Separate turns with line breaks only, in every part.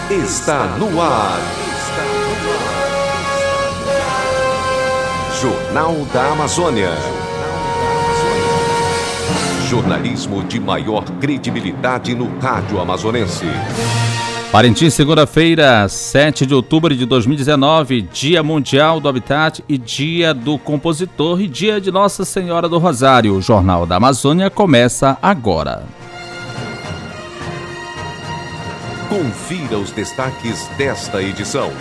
está no ar. Jornal da Amazônia. Jornalismo de maior credibilidade no rádio amazonense.
Parintins, segunda-feira, 7 de outubro de 2019, Dia Mundial do Habitat e Dia do Compositor e Dia de Nossa Senhora do Rosário. O Jornal da Amazônia começa agora.
Confira os destaques desta edição.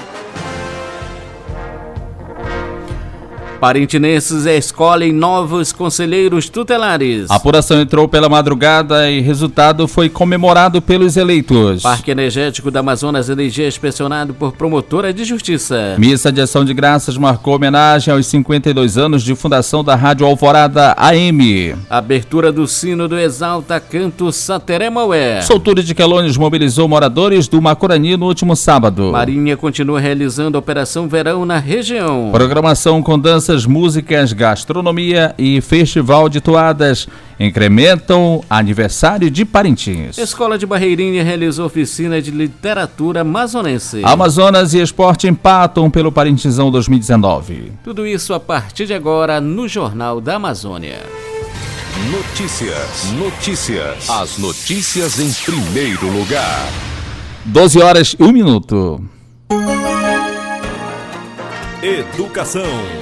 Parintinenses escolhem novos conselheiros tutelares.
A apuração entrou pela madrugada e resultado foi comemorado pelos eleitos.
Parque Energético da Amazonas Energia inspecionado por promotora de justiça.
Missa de ação de graças marcou homenagem aos 52 anos de fundação da Rádio Alvorada AM.
Abertura do sino do Exalta Canto Sateré Maué.
Soltura de quelônios mobilizou moradores do Macurani no último sábado.
Marinha continua realizando a Operação Verão na região.
Programação com danças, músicas, gastronomia e festival de toadas incrementam aniversário de Parintins.
Escola de Barreirinha realizou oficina de literatura amazonense.
Amazonas e Esporte empatam pelo Parintinzão 2019.
Tudo isso a partir de agora no Jornal da Amazônia.
Notícias. As notícias em primeiro lugar.
12 horas e 1 minuto.
Educação.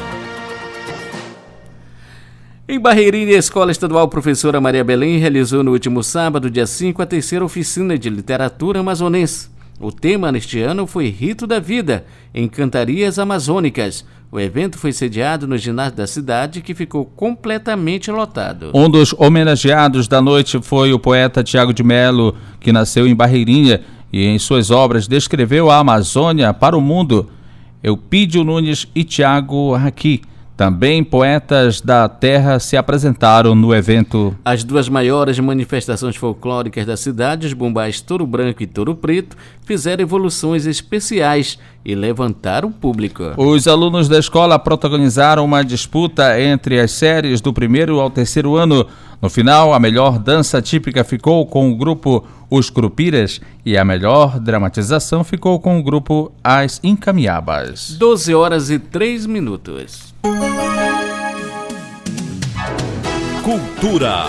Em Barreirinha, a Escola Estadual Professora Maria Belém realizou no último sábado, dia 5, a terceira oficina de literatura amazonense. O tema neste ano foi Rito da Vida, em Cantarias Amazônicas. O evento foi sediado no ginásio da cidade, que ficou completamente lotado.
Um dos homenageados da noite foi o poeta Tiago de Melo, que nasceu em Barreirinha e em suas obras descreveu a Amazônia para o mundo. Eupídio Nunes e Tiago Aqui. Também poetas da terra se apresentaram no evento.
As duas maiores manifestações folclóricas da cidade, os bombais Touro Branco e Touro Preto, fizeram evoluções especiais e levantaram o público.
Os alunos da escola protagonizaram uma disputa entre as séries do primeiro ao terceiro ano. No final, a melhor dança típica ficou com o grupo Os Curupiras e a melhor dramatização ficou com o grupo As Encaminhabas.
12 horas e 3 minutos.
Cultura.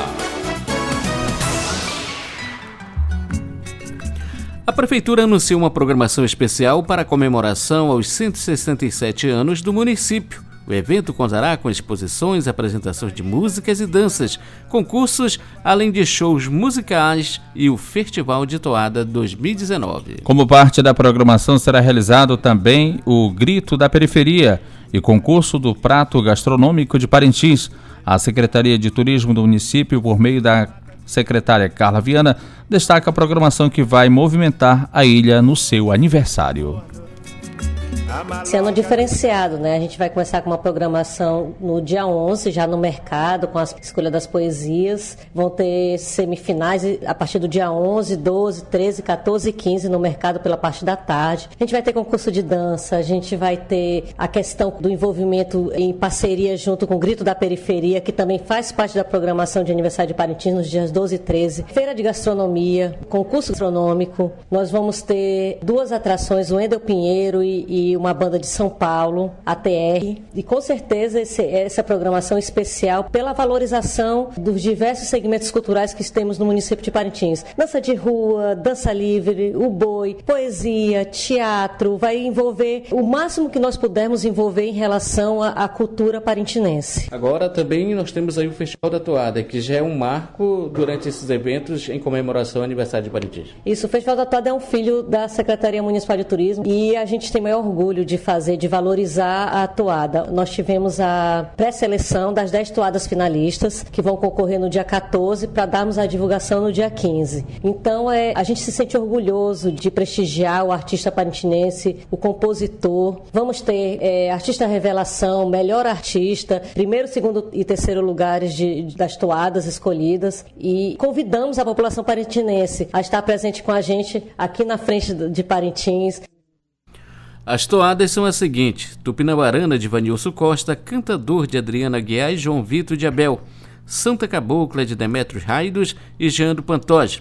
A Prefeitura anunciou uma programação especial para a comemoração aos 167 anos do município. O evento contará com exposições, apresentações de músicas e danças, concursos, além de shows musicais e o Festival de Toada 2019.
Como parte da programação será realizado também o Grito da Periferia e concurso do Prato Gastronômico de Parintins. A Secretaria de Turismo do município, por meio da secretária Carla Viana, destaca a programação que vai movimentar a ilha no seu aniversário.
Sendo diferenciado, né? A gente vai começar com uma programação no dia 11, já no mercado, com a escolha das poesias. Vão ter semifinais a partir do dia 11, 12, 13, 14 e 15 no mercado pela parte da tarde. A gente vai ter concurso de dança, a gente vai ter a questão do envolvimento em parceria junto com o Grito da Periferia, que também faz parte da programação de aniversário de Parintins nos dias 12 e 13. Feira de gastronomia, concurso gastronômico. Nós vamos ter duas atrações, o Wendel Pinheiro e uma banda de São Paulo, ATR, e com certeza essa programação especial pela valorização dos diversos segmentos culturais que temos no município de Parintins. Dança de rua, dança livre, o boi, poesia, teatro, vai envolver o máximo que nós pudermos envolver em relação à cultura parintinense.
Agora também nós temos aí o Festival da Toada, que já é um marco durante esses eventos em comemoração ao aniversário de Parintins.
Isso, o Festival da Toada é um filho da Secretaria Municipal de Turismo e a gente tem maior orgulho de valorizar a toada. Nós tivemos a pré-seleção das 10 toadas finalistas, que vão concorrer no dia 14, para darmos a divulgação no dia 15. Então, a gente se sente orgulhoso de prestigiar o artista parintinense, o compositor. Vamos ter artista revelação, melhor artista, primeiro, segundo e terceiro lugares das toadas escolhidas. E convidamos a população parintinense a estar presente com a gente aqui na frente de Parintins.
As toadas são as seguintes: Tupinabarana de Vanilson Costa, Cantador de Adriana Guiar e João Vitor de Abel, Santa Cabocla de Demétrios Raidos e Jean do Pantoja.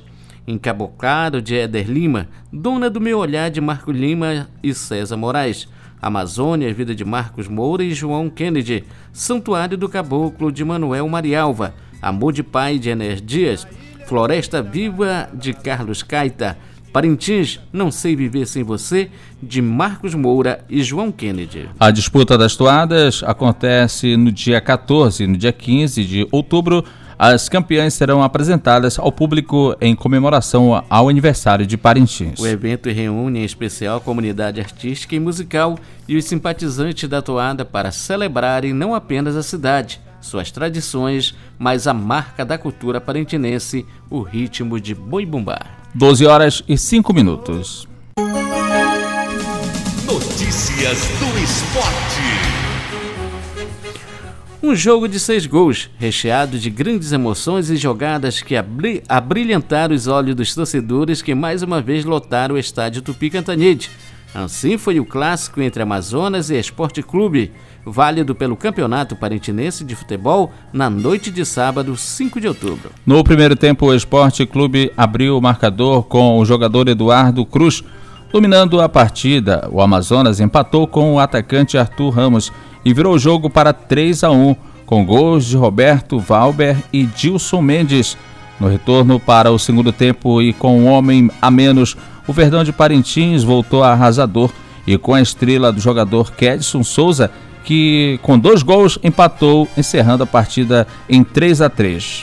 Encaboclado, de Éder Lima. Dona do Meu Olhar, de Marco Lima e César Moraes. Amazônia, Vida de Marcos Moura e João Kennedy. Santuário do Caboclo, de Manuel Marialva. Amor de Pai, de Enéas Dias. Floresta Viva, de Carlos Caeta. Parintins, Não Sei Viver Sem Você, de Marcos Moura e João Kennedy.
A disputa das toadas acontece no dia 14 e no dia 15 de outubro. As campeãs serão apresentadas ao público em comemoração ao aniversário de Parintins.
O evento reúne em especial a comunidade artística e musical e os simpatizantes da toada para celebrarem não apenas a cidade, suas tradições, mas a marca da cultura parintinense, o ritmo de boi-bumbá.
12h05.
Notícias do esporte.
Um jogo de 6 gols, recheado de grandes emoções e jogadas que abrilhantaram os olhos dos torcedores que mais uma vez lotaram o estádio Tupi Cantanhede. Assim foi o clássico entre Amazonas e Esporte Clube, válido pelo Campeonato Parintinense de Futebol na noite de sábado, 5 de outubro.
No primeiro tempo, o Esporte Clube abriu o marcador com o jogador Eduardo Cruz. Dominando a partida, o Amazonas empatou com o atacante Arthur Ramos e virou o jogo para 3-1, com gols de Roberto Valber e Dilson Mendes. No retorno para o segundo tempo e com um homem a menos, o Verdão de Parintins voltou arrasador e com a estrela do jogador Kedson Souza, que com 2 gols empatou, encerrando a partida em 3-3.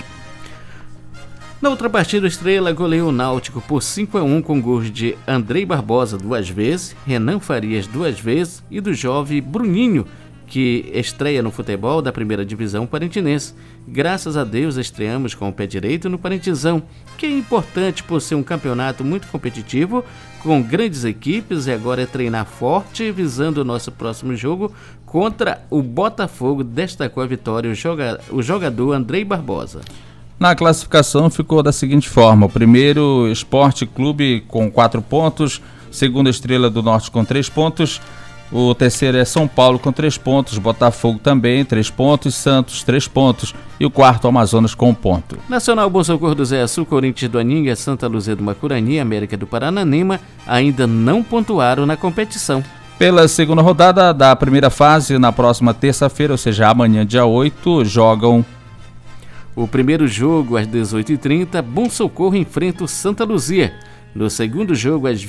Na outra partida, a Estrela goleou o Náutico por 5-1 com gols de Andrei Barbosa 2 vezes, Renan Farias 2 vezes e do jovem Bruninho, que estreia no futebol da primeira divisão parintinense. Graças a Deus estreamos com o pé direito no Parintizão, que é importante por ser um campeonato muito competitivo, com grandes equipes, e agora é treinar forte, visando o nosso próximo jogo contra o Botafogo, destacou a vitória o jogador Andrei Barbosa.
Na classificação ficou da seguinte forma: o primeiro, Esporte Clube com 4 pontos, segundo, Estrela do Norte com 3 pontos, o terceiro é São Paulo com 3 pontos, Botafogo também 3 pontos, Santos 3 pontos e o quarto, Amazonas, com 1 ponto.
Nacional, Bom Socorro do Zé Açu, Corinthians do Aninga, Santa Luzia do Macurani, América do Parananema ainda não pontuaram na competição.
Pela segunda rodada da primeira fase, na próxima terça-feira, ou seja, amanhã, dia 8, jogam...
O primeiro jogo, às 18h30, Bom Socorro enfrenta o Santa Luzia. No segundo jogo, às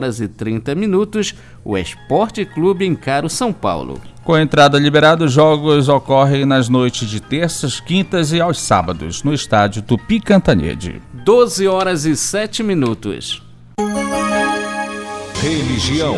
20h30, o Esporte Clube encara o São Paulo.
Com a entrada liberada, os jogos ocorrem nas noites de terças, quintas e aos sábados, no estádio Tupi Cantanhede.
12h07.
Religião.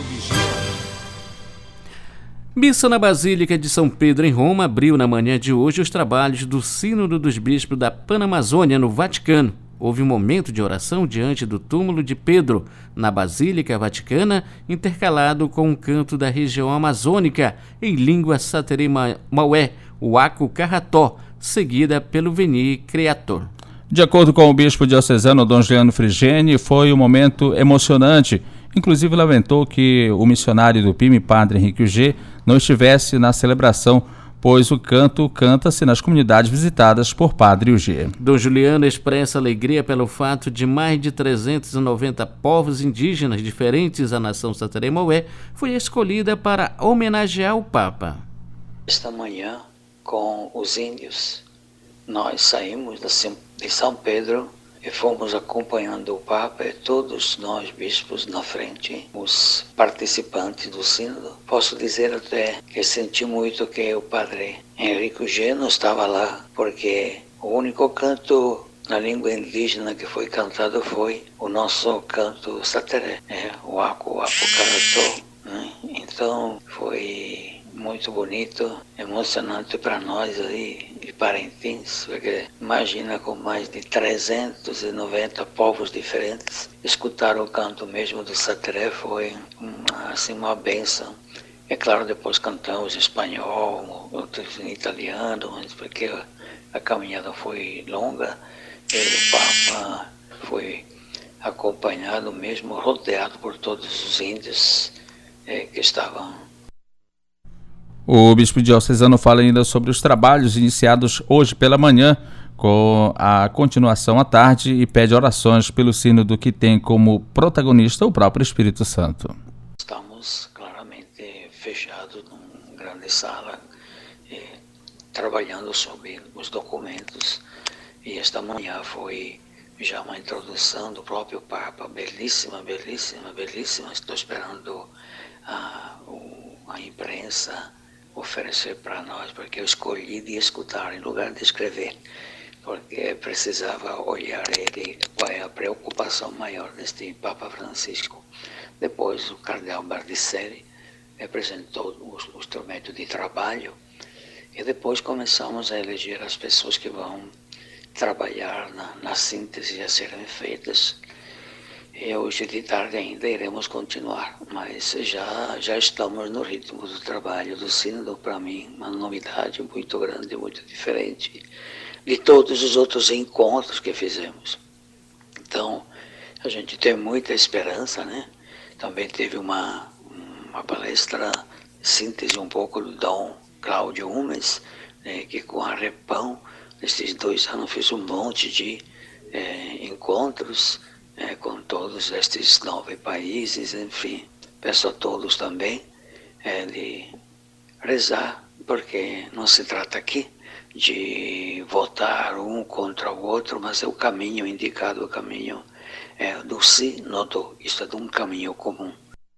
Missa na Basílica de São Pedro, em Roma, abriu na manhã de hoje os trabalhos do Sínodo dos Bispos da Panamazônia, no Vaticano. Houve um momento de oração diante do túmulo de Pedro, na Basílica Vaticana, intercalado com um canto da região amazônica, em língua satere-maué, o Aku Carrató, seguida pelo Veni Creator.
De acordo com o bispo diocesano Dom Juliano Frigeni, foi um momento emocionante. Inclusive lamentou que o missionário do PIME, Padre Henrique G, não estivesse na celebração, pois o canto canta-se nas comunidades visitadas por Padre G.
Dom Juliano expressa alegria pelo fato de mais de 390 povos indígenas diferentes à nação satere-maué foi escolhida para homenagear o Papa.
Esta manhã, com os índios, nós saímos de São Pedro e fomos acompanhando o Papa e todos nós bispos na frente, os participantes do sínodo. Posso dizer até que senti muito que o Padre Henrique G não estava lá, porque o único canto na língua indígena que foi cantado foi o nosso canto sateré, o Aku Carrató, né? Então foi muito bonito, emocionante para nós aí de Parintins, porque imagina, com mais de 390 povos diferentes, escutar o canto mesmo do sateré foi assim uma bênção. É claro, depois cantamos em espanhol, outros em italiano, porque a caminhada foi longa e o Papa foi acompanhado mesmo, rodeado por todos os índios que estavam.
O bispo diocesano fala ainda sobre os trabalhos iniciados hoje pela manhã com a continuação à tarde e pede orações pelo sínodo que tem como protagonista o próprio Espírito Santo.
Estamos claramente fechados numa grande sala, trabalhando sobre os documentos, e esta manhã foi já uma introdução do próprio Papa, belíssima. Estou esperando a imprensa oferecer para nós, porque eu escolhi de escutar em lugar de escrever, porque precisava olhar ele, qual é a preocupação maior deste Papa Francisco. Depois o cardeal Bardisselli apresentou o instrumento de trabalho, e depois começamos a eleger as pessoas que vão trabalhar na síntese a serem feitas. E hoje de tarde ainda iremos continuar, mas já estamos no ritmo do trabalho do sínodo. Para mim, uma novidade muito grande, muito diferente de todos os outros encontros que fizemos. Então, a gente tem muita esperança, né? Também teve uma palestra, síntese um pouco do Dom Cláudio Umes, né, que com a Repão, nesses 2 anos, fez um monte de encontros com todos estes 9 países, enfim. Peço a todos também de rezar, porque não se trata aqui de votar um contra o outro, mas é o caminho indicado, o caminho do sínodo, isto é, de um caminho comum.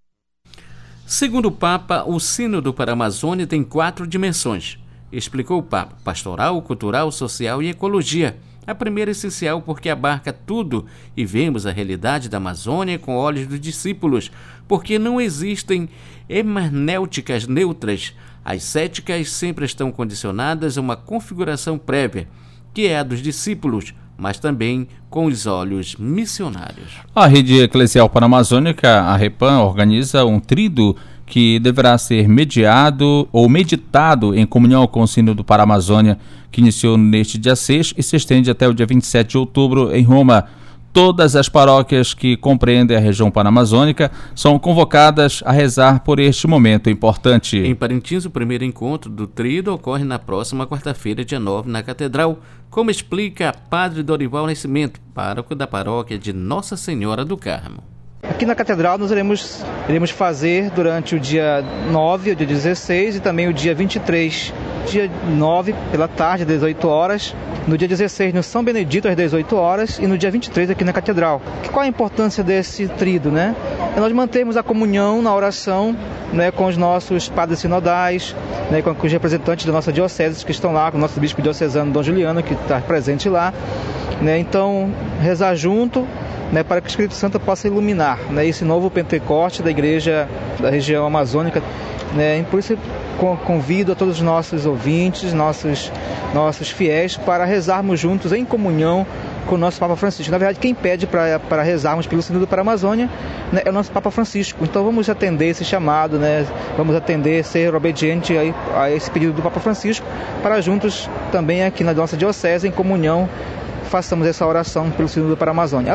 Segundo o Papa, o Sínodo para a Amazônia tem 4 dimensões. Explicou o Papa: pastoral, cultural, social e ecologia. A primeira é essencial porque abarca tudo e vemos a realidade da Amazônia com olhos dos discípulos, porque não existem hermenêuticas neutras. As céticas sempre estão condicionadas a uma configuração prévia, que é a dos discípulos, mas também com os olhos missionários.
A Rede Eclesial Panamazônica, a Repan, organiza um tríduo que deverá ser mediado ou meditado em comunhão com o Sínodo para a Amazônia, que iniciou neste dia 6 e se estende até o dia 27 de outubro em Roma. Todas as paróquias que compreendem a região panamazônica são convocadas a rezar por este momento importante.
Em Parintins, o primeiro encontro do tríduo ocorre na próxima quarta-feira, dia 9, na Catedral, como explica Padre Dorival Nascimento, pároco da paróquia de Nossa Senhora do Carmo.
Aqui na Catedral nós iremos fazer durante o dia 9, o dia 16 e também o dia 23. Dia 9 pela tarde, às 18 horas. No dia 16 no São Benedito, às 18 horas. E no dia 23 aqui na Catedral. Qual a importância desse tríduo, né? Nós mantemos a comunhão na oração, né, com os nossos padres sinodais, né, com os representantes da nossa diocese que estão lá, com o nosso bispo diocesano Dom Juliano, que está presente lá. Né? Então, rezar junto, né, para que o Espírito Santo possa iluminar, né, esse novo Pentecoste da Igreja da região amazônica. Né, e por isso convido a todos os nossos ouvintes, nossos fiéis, para rezarmos juntos em comunhão com o nosso Papa Francisco. Na verdade, quem pede para rezarmos pelo Sínodo para a Amazônia, né, é o nosso Papa Francisco. Então vamos atender esse chamado, né, vamos atender, ser obediente a esse pedido do Papa Francisco, para juntos também aqui na nossa diocese, em comunhão, façamos essa oração pelo Sínodo para a Amazônia.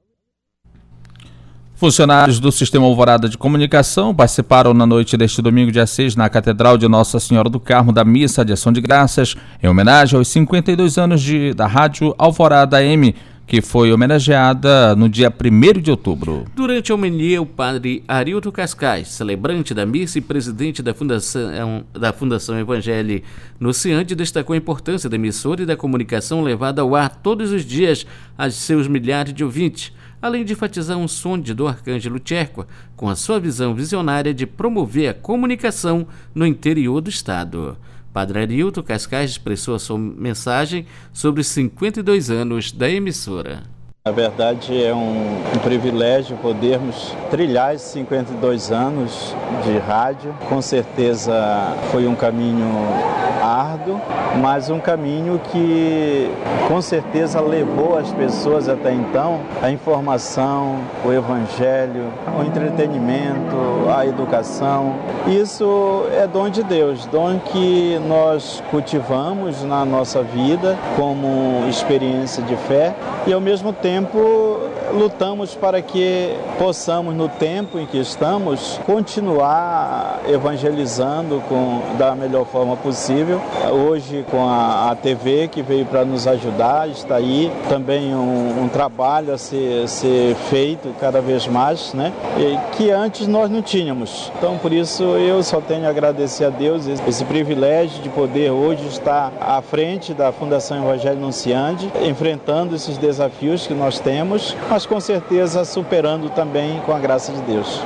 Funcionários do Sistema Alvorada de Comunicação participaram na noite deste domingo, dia 6, na Catedral de Nossa Senhora do Carmo, da Missa de Ação de Graças, em homenagem aos 52 anos da Rádio Alvorada AM, que foi homenageada no dia 1º de outubro.
Durante a homilia, o padre Arilton Cascais, celebrante da missa e presidente da Fundação Evangelho Nociante, destacou a importância da emissora e da comunicação levada ao ar todos os dias a seus milhares de ouvintes, além de enfatizar um sonho do Arcângelo Tcherkva, com a sua visão visionária de promover a comunicação no interior do Estado. Padre Arilton Cascais expressou a sua mensagem sobre os 52 anos da emissora.
Na verdade, é um privilégio podermos trilhar esses 52 anos de rádio. Com certeza foi um caminho árduo, mas um caminho que com certeza levou as pessoas até então a informação, o evangelho, o entretenimento, a educação. Isso é dom de Deus, dom que nós cultivamos na nossa vida como experiência de fé e ao mesmo tempo lutamos para que possamos, no tempo em que estamos, continuar evangelizando da melhor forma possível. Hoje com a TV que veio para nos ajudar, está aí também um trabalho a ser feito cada vez mais, né? E que antes nós não tínhamos. Então por isso eu só tenho a agradecer a Deus esse privilégio de poder hoje estar à frente da Fundação Evangelho Anunciante, enfrentando esses desafios que nós temos, mas com certeza superando também com a graça de Deus.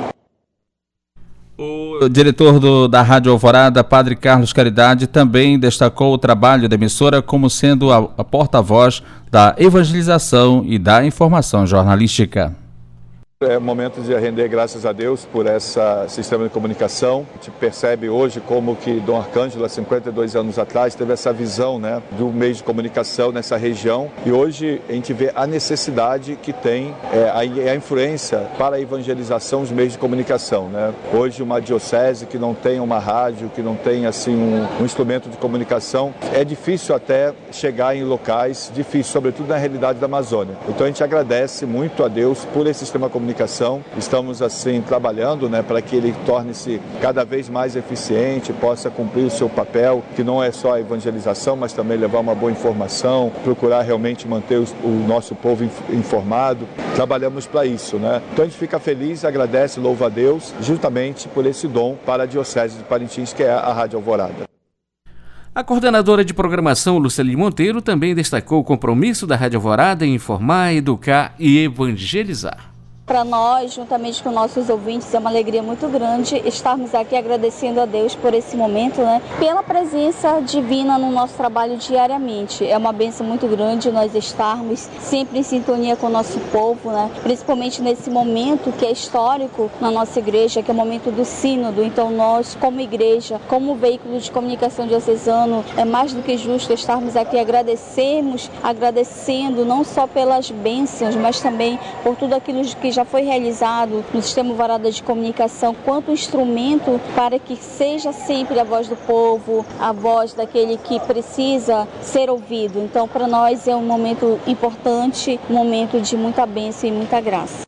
O diretor da Rádio Alvorada, Padre Carlos Caridade, também destacou o trabalho da emissora como sendo a porta-voz da evangelização e da informação jornalística.
É momento de render graças a Deus por esse sistema de comunicação. A gente percebe hoje como que Dom Arcângelo, há 52 anos atrás, teve essa visão, né, do meio de comunicação nessa região. E hoje a gente vê a necessidade que tem, a influência para a evangelização dos meios de comunicação, né? Hoje uma diocese que não tem uma rádio, que não tem assim um instrumento de comunicação, é difícil até chegar em locais difíceis, sobretudo na realidade da Amazônia. Então a gente agradece muito a Deus por esse sistema de comunicação. Estamos assim trabalhando, né, para que ele torne-se cada vez mais eficiente, possa cumprir o seu papel, que não é só a evangelização, mas também levar uma boa informação, procurar realmente manter o nosso povo informado. Trabalhamos para isso, né? Então a gente fica feliz, agradece, louva a Deus, justamente por esse dom para a Diocese de Parintins, que é a Rádio Alvorada.
A coordenadora de programação, Luceli Monteiro, também destacou o compromisso da Rádio Alvorada em informar, educar e evangelizar.
Para nós, juntamente com nossos ouvintes, é uma alegria muito grande estarmos aqui agradecendo a Deus por esse momento, né? Pela presença divina no nosso trabalho diariamente. É uma bênção muito grande nós estarmos sempre em sintonia com o nosso povo, né? Principalmente nesse momento que é histórico na nossa igreja, que é o momento do sínodo. Então nós, como igreja, como veículo de comunicação diocesano, é mais do que justo estarmos aqui agradecendo não só pelas bênçãos, mas também por tudo aquilo que já foi realizado no Sistema Alvorada de Comunicação, quanto instrumento para que seja sempre a voz do povo, a voz daquele que precisa ser ouvido. Então, para nós é um momento importante, um momento de muita bênção e muita graça.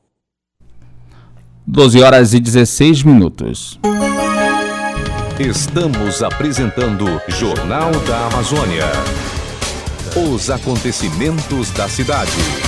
12h16.
Estamos apresentando Jornal da Amazônia. Os acontecimentos da cidade.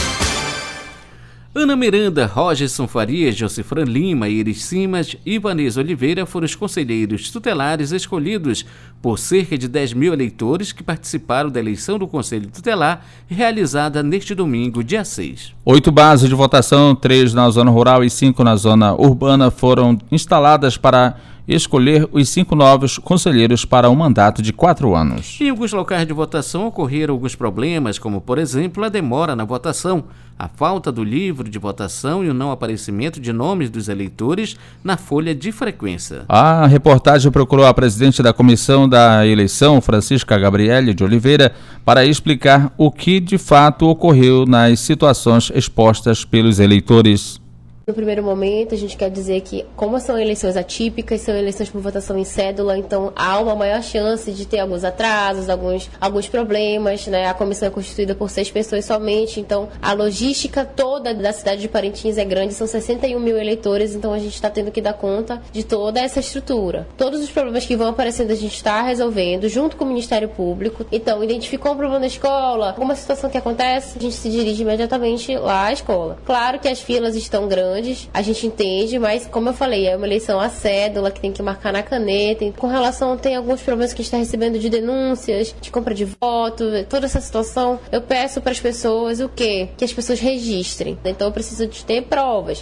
Ana Miranda, Rogerson Farias, Josifran Lima, Iris Simas e Vanessa Oliveira foram os conselheiros tutelares escolhidos por cerca de 10 mil eleitores que participaram da eleição do Conselho Tutelar realizada neste domingo, dia 6.
8 bases de votação, 3 na zona rural e 5 na zona urbana, foram instaladas para escolher os 5 novos conselheiros para um mandato de 4 anos.
Em alguns locais de votação ocorreram alguns problemas, como, por exemplo, a demora na votação, a falta do livro de votação e o não aparecimento de nomes dos eleitores na folha de frequência.
A reportagem procurou a presidente da comissão da eleição, Francisca Gabriele de Oliveira, para explicar o que de fato ocorreu nas situações expostas pelos eleitores.
No primeiro momento, a gente quer dizer que, como são eleições atípicas, são eleições por votação em cédula, então há uma maior chance de ter alguns atrasos, alguns problemas, né? A comissão é constituída por 6 pessoas somente, então a logística toda da cidade de Parintins é grande, são 61 mil eleitores, então a gente está tendo que dar conta de toda essa estrutura. Todos os problemas que vão aparecendo a gente está resolvendo, junto com o Ministério Público. Então, identificou um problema na escola, alguma situação que acontece, a gente se dirige imediatamente lá à escola. Claro que as filas estão grandes, a gente entende, mas como eu falei, é uma eleição à cédula que tem que marcar na caneta. Com relação, tem alguns problemas que a gente está recebendo de denúncias, de compra de voto, toda essa situação, eu peço para as pessoas o quê? Que as pessoas registrem. Então eu preciso de ter provas.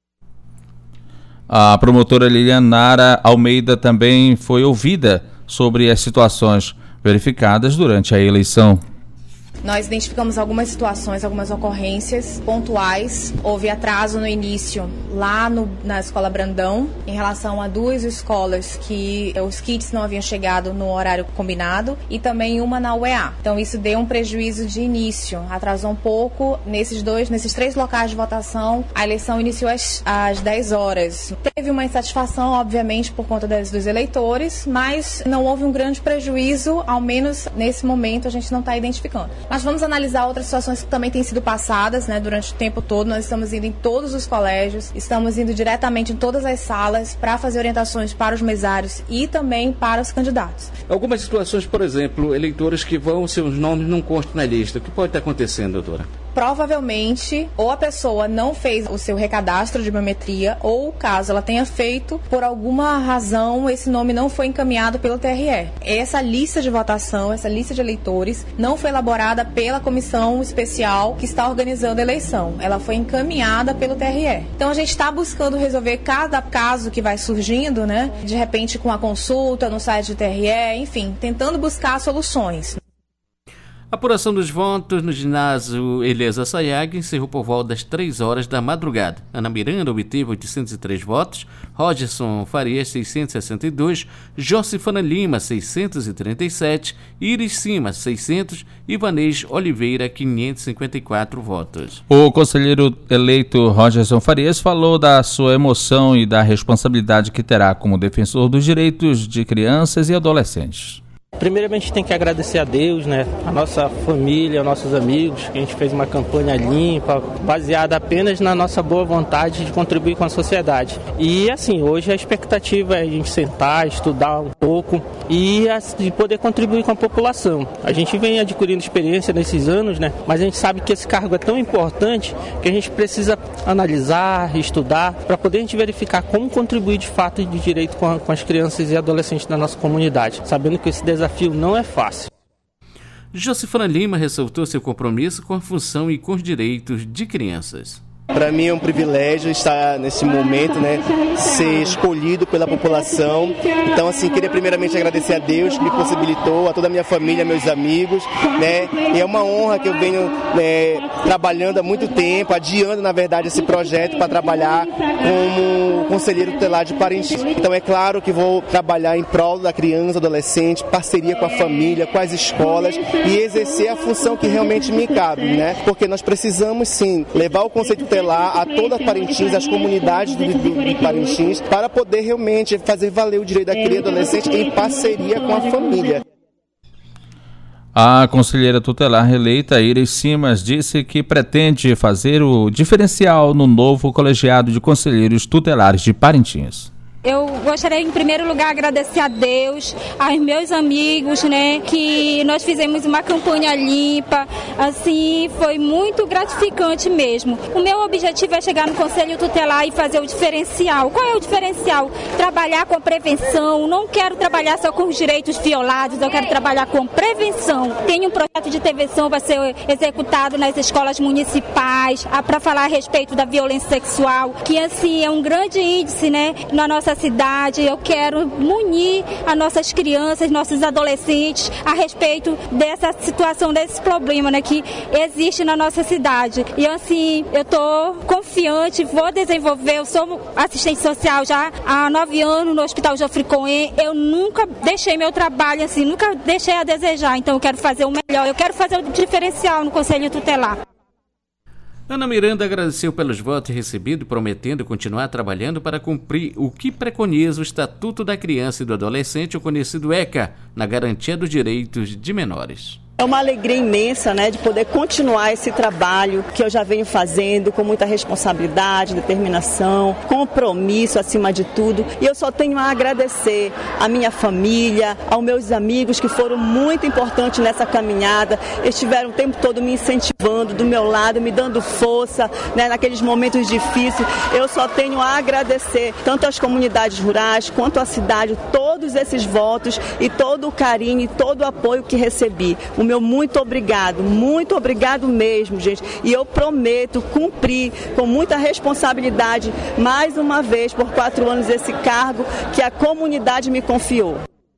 A promotora Lilianara Almeida também foi ouvida sobre as situações verificadas durante a eleição.
Nós identificamos algumas situações, algumas ocorrências pontuais. Houve atraso no início lá na Escola Brandão, em relação a 2 escolas que os kits não haviam chegado no horário combinado, e também uma na UEA. Então isso deu um prejuízo de início, atrasou um pouco nesses 3 locais de votação. A eleição iniciou às 10 horas. Teve uma insatisfação, obviamente, por conta dos eleitores, mas não houve um grande prejuízo, ao menos nesse momento a gente não está identificando. Nós vamos analisar outras situações que também têm sido passadas, né, durante o tempo todo. Nós estamos indo em todos os colégios, estamos indo diretamente em todas as salas para fazer orientações para os mesários e também para os candidatos.
Algumas situações, por exemplo, eleitores que seus nomes não constam na lista. O que pode estar acontecendo, doutora?
Provavelmente, ou a pessoa não fez o seu recadastro de biometria, ou caso ela tenha feito, por alguma razão, esse nome não foi encaminhado pelo TRE. Essa lista de votação, essa lista de eleitores, não foi elaborada pela comissão especial que está organizando a eleição. Ela foi encaminhada pelo TRE. Então, a gente está buscando resolver cada caso que vai surgindo, né? De repente, com a consulta no site do TRE, enfim, tentando buscar soluções.
A apuração dos votos no ginásio Elisa Sayag encerrou por volta das 3 horas da madrugada. Ana Miranda obteve 803 votos, Rogerson Farias 662, Josifana Lima 637, Iris Cima 600 e Vanês Oliveira 554 votos.
O conselheiro eleito Rogerson Farias falou da sua emoção e da responsabilidade que terá como defensor dos direitos de crianças e adolescentes.
Primeiramente tem que agradecer a Deus, né? A nossa família, aos nossos amigos, que a gente fez uma campanha limpa, baseada apenas na nossa boa vontade de contribuir com a sociedade. E assim, hoje a expectativa é a gente sentar, estudar um pouco e poder contribuir com a população. A gente vem adquirindo experiência nesses anos, né? Mas a gente sabe que esse cargo é tão importante que a gente precisa analisar, estudar, para poder a gente verificar como contribuir de fato e de direito com as crianças e adolescentes da nossa comunidade, sabendo que esse desafio não é fácil.
Josifana Lima ressaltou seu compromisso com a função e com os direitos de crianças.
Para mim é um privilégio estar nesse momento, né, ser escolhido pela população. Então, assim, queria primeiramente agradecer a Deus que me possibilitou, a toda a minha família, meus amigos, né, e é uma honra que eu venho trabalhando há muito tempo, adiando, na verdade, esse projeto para trabalhar como conselheiro tutelar de Parintins. Então, é claro que vou trabalhar em prol da criança, adolescente, parceria com a família, com as escolas e exercer a função que realmente me cabe, né, porque nós precisamos, sim, levar o conceito tutelar a toda Parintins, as comunidades de Parintins, para poder realmente fazer valer o direito da criança e adolescente em parceria com a família.
A conselheira tutelar eleita Iris Simas disse que pretende fazer o diferencial no novo colegiado de conselheiros tutelares de Parintins.
Eu gostaria, em primeiro lugar, agradecer a Deus, aos meus amigos, né, que nós fizemos uma campanha limpa, assim, foi muito gratificante mesmo. O meu objetivo é chegar no Conselho Tutelar e fazer o diferencial. Qual é o diferencial? Trabalhar com prevenção, não quero trabalhar só com os direitos violados, eu quero trabalhar com prevenção. Tem um projeto de intervenção, vai ser executado nas escolas municipais, para falar a respeito da violência sexual, que, assim, é um grande índice, né, na nossa cidade. Eu quero munir as nossas crianças, nossos adolescentes a respeito dessa situação, desse problema, né, que existe na nossa cidade. E assim, eu estou confiante, vou desenvolver. Eu sou assistente social já há 9 anos no Hospital Geoffrey Cohen. Eu nunca deixei meu trabalho assim, nunca deixei a desejar. Então eu quero fazer o melhor, eu quero fazer o diferencial no Conselho Tutelar.
Ana Miranda agradeceu pelos votos recebidos, prometendo continuar trabalhando para cumprir o que preconiza o Estatuto da Criança e do Adolescente, o conhecido ECA, na garantia dos direitos de menores.
É uma alegria imensa, né, de poder continuar esse trabalho que eu já venho fazendo com muita responsabilidade, determinação, compromisso acima de tudo. E eu só tenho a agradecer à minha família, aos meus amigos que foram muito importantes nessa caminhada. Estiveram o tempo todo me incentivando do meu lado, me dando força, né, naqueles momentos difíceis. Eu só tenho a agradecer tanto às comunidades rurais quanto à cidade, todos esses votos e todo o carinho e todo o apoio que recebi. O meu muito obrigado mesmo, gente. E eu prometo cumprir com muita responsabilidade, mais uma vez, por 4 anos, esse cargo que a comunidade me confiou.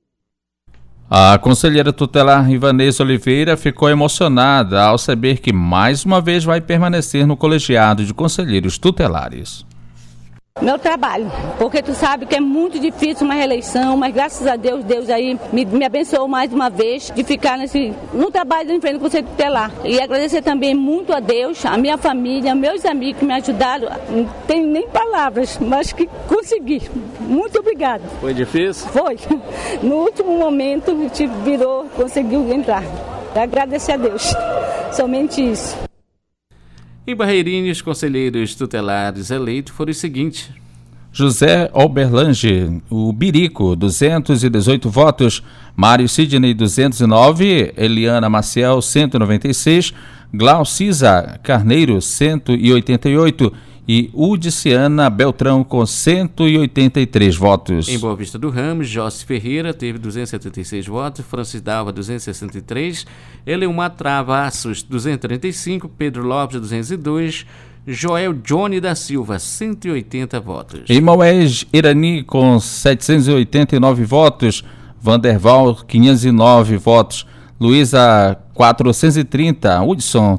A conselheira tutelar Vanês Oliveira ficou emocionada ao saber que mais uma vez vai permanecer no colegiado de conselheiros tutelares.
Meu trabalho, porque tu sabe que é muito difícil uma reeleição, mas graças a Deus, Deus aí me abençoou mais uma vez de ficar no trabalho em frente do Conselho Tutelar. E agradecer também muito a Deus, a minha família, meus amigos que me ajudaram, não tenho nem palavras, mas que consegui. Muito obrigada.
Foi difícil?
Foi. No último momento, conseguiu entrar. Agradecer a Deus, somente isso.
Em Barreirinha, os conselheiros tutelares eleitos foram os seguintes:
José Oberlange, o Birico, 218 votos, Mário Sidney, 209, Eliana Maciel, 196, Glaucisa Carneiro, 188 e Udiciana Beltrão com 183 votos.
Em Boa Vista do Ramos, José Ferreira teve 276 votos, Francis Dalva 263, Eleumar Travassos 235, Pedro Lopes 202, Joel Johnny da Silva 180 votos.
Em Maués Irani com 789 votos, Vanderval 509 votos, Luísa 430, Hudson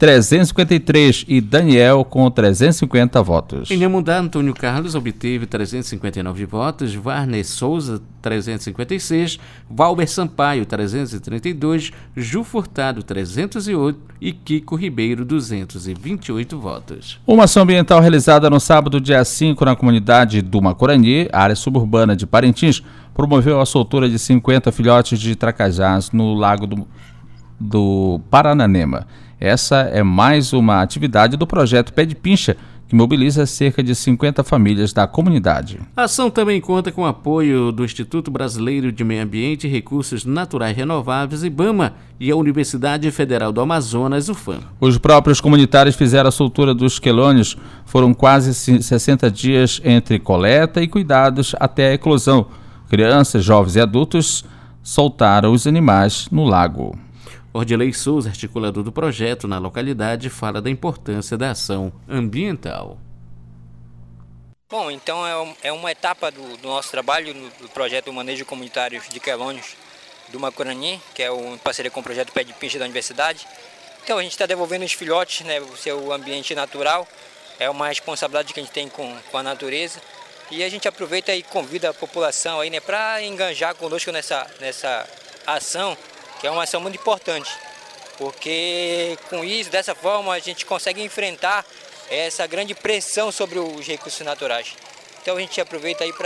353 e Daniel com 350 votos.
Em Nhamundá, Antônio Carlos obteve 359 votos, Varney Souza 356, Valber Sampaio 332, Ju Furtado 308 e Kiko Ribeiro 228 votos.
Uma ação ambiental realizada no sábado, dia 5, na comunidade do Macorani, área suburbana de Parintins, promoveu a soltura de 50 filhotes de tracajás no lago do Parananema. Essa é mais uma atividade do projeto Pé de Pincha, que mobiliza cerca de 50 famílias da comunidade.
A ação também conta com o apoio do Instituto Brasileiro de Meio Ambiente e Recursos Naturais Renováveis, IBAMA, e a Universidade Federal do Amazonas, UFAM.
Os próprios comunitários fizeram a soltura dos quelônios. Foram quase 60 dias entre coleta e cuidados até a eclosão. Crianças, jovens e adultos soltaram os animais no lago.
Ordilei Souza, articulador do projeto na localidade, fala da importância da ação ambiental.
Bom, então é uma etapa do nosso trabalho do projeto Manejo Comunitário de Quelônios do Macorani, que é em parceria com o projeto Pé de Pincha da Universidade. Então a gente está devolvendo os filhotes, né, o seu ambiente natural, é uma responsabilidade que a gente tem com a natureza. E a gente aproveita e convida a população aí, né, para enganjar conosco nessa ação, que é uma ação muito importante, porque com isso, dessa forma, a gente consegue enfrentar essa grande pressão sobre os recursos naturais. Então a gente aproveita aí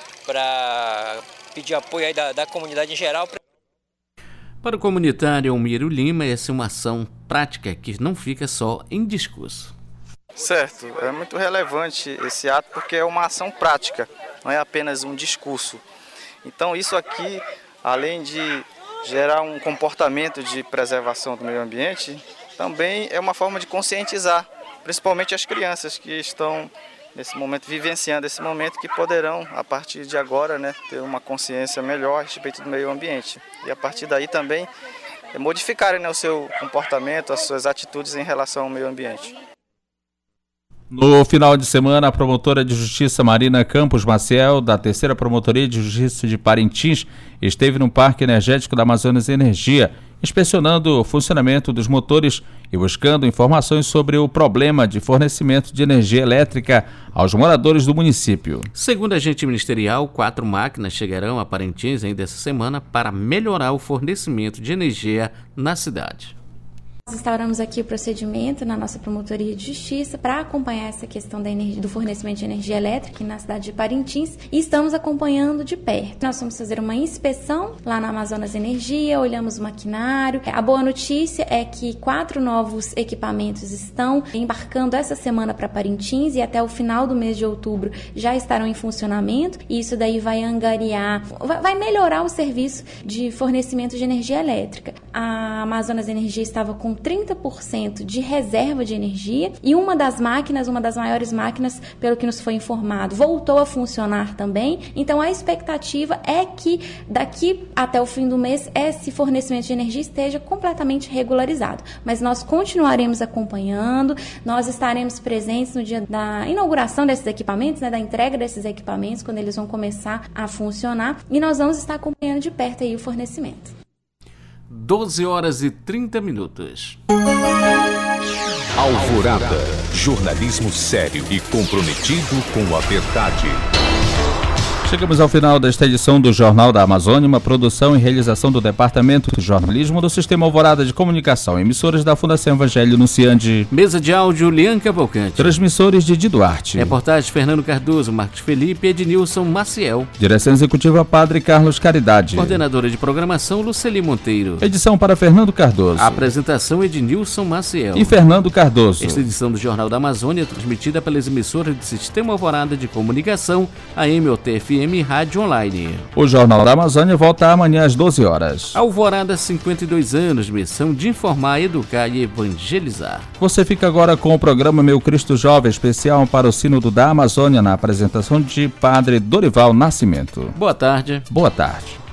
para pedir apoio aí da comunidade em geral.
Para o comunitário Almiro Lima, essa é uma ação prática que não fica só em discurso.
Certo, é muito relevante esse ato porque é uma ação prática, não é apenas um discurso. Então isso aqui, além de gerar um comportamento de preservação do meio ambiente, também é uma forma de conscientizar, principalmente as crianças que estão nesse momento, vivenciando esse momento, que poderão, a partir de agora, né, ter uma consciência melhor a respeito do meio ambiente. E a partir daí também modificarem, né, o seu comportamento, as suas atitudes em relação ao meio ambiente.
No final de semana, a promotora de justiça Marina Campos Maciel, da 3ª Promotoria de Justiça de Parintins, esteve no Parque Energético da Amazonas Energia, inspecionando o funcionamento dos motores e buscando informações sobre o problema de fornecimento de energia elétrica aos moradores do município.
Segundo a agente ministerial, 4 máquinas chegarão a Parintins ainda essa semana para melhorar o fornecimento de energia na cidade.
Nós instauramos aqui o procedimento na nossa Promotoria de Justiça para acompanhar essa questão do fornecimento de energia elétrica na cidade de Parintins e estamos acompanhando de perto. Nós vamos fazer uma inspeção lá na Amazonas Energia, olhamos o maquinário. A boa notícia é que 4 novos equipamentos estão embarcando essa semana para Parintins e até o final do mês de outubro já estarão em funcionamento e isso daí vai angariar, vai melhorar o serviço de fornecimento de energia elétrica. A Amazonas Energia estava com 30% de reserva de energia e uma das maiores máquinas, pelo que nos foi informado, voltou a funcionar também. Então a expectativa é que daqui até o fim do mês esse fornecimento de energia esteja completamente regularizado. Mas nós continuaremos acompanhando, nós estaremos presentes no dia da inauguração desses equipamentos, né, da entrega desses equipamentos, quando eles vão começar a funcionar e nós vamos estar acompanhando de perto aí o fornecimento.
12h30.
Alvorada, jornalismo sério e comprometido com a verdade.
Chegamos ao final desta edição do Jornal da Amazônia, uma produção e realização do Departamento de Jornalismo do Sistema Alvorada de Comunicação, emissoras da Fundação Evangelho Anunciante.
Mesa de áudio, Lian Cavalcante.
Transmissores, Didi Duarte.
Reportagem, Fernando Cardoso, Marcos Felipe e Ednilson Maciel.
Direção executiva, Padre Carlos Caridade.
Coordenadora de programação, Luceli Monteiro.
Edição para Fernando Cardoso.
Apresentação, Ednilson Maciel
e Fernando Cardoso.
Esta edição do Jornal da Amazônia é transmitida pelas emissoras do Sistema Alvorada de Comunicação, AM OTFM Rádio Online.
O Jornal da Amazônia volta amanhã às 12 horas.
Alvorada, 52 anos, missão de informar, educar e evangelizar.
Você fica agora com o programa Meu Cristo Jovem, especial para o Sínodo da Amazônia, na apresentação de Padre Dorival Nascimento.
Boa tarde.
Boa tarde.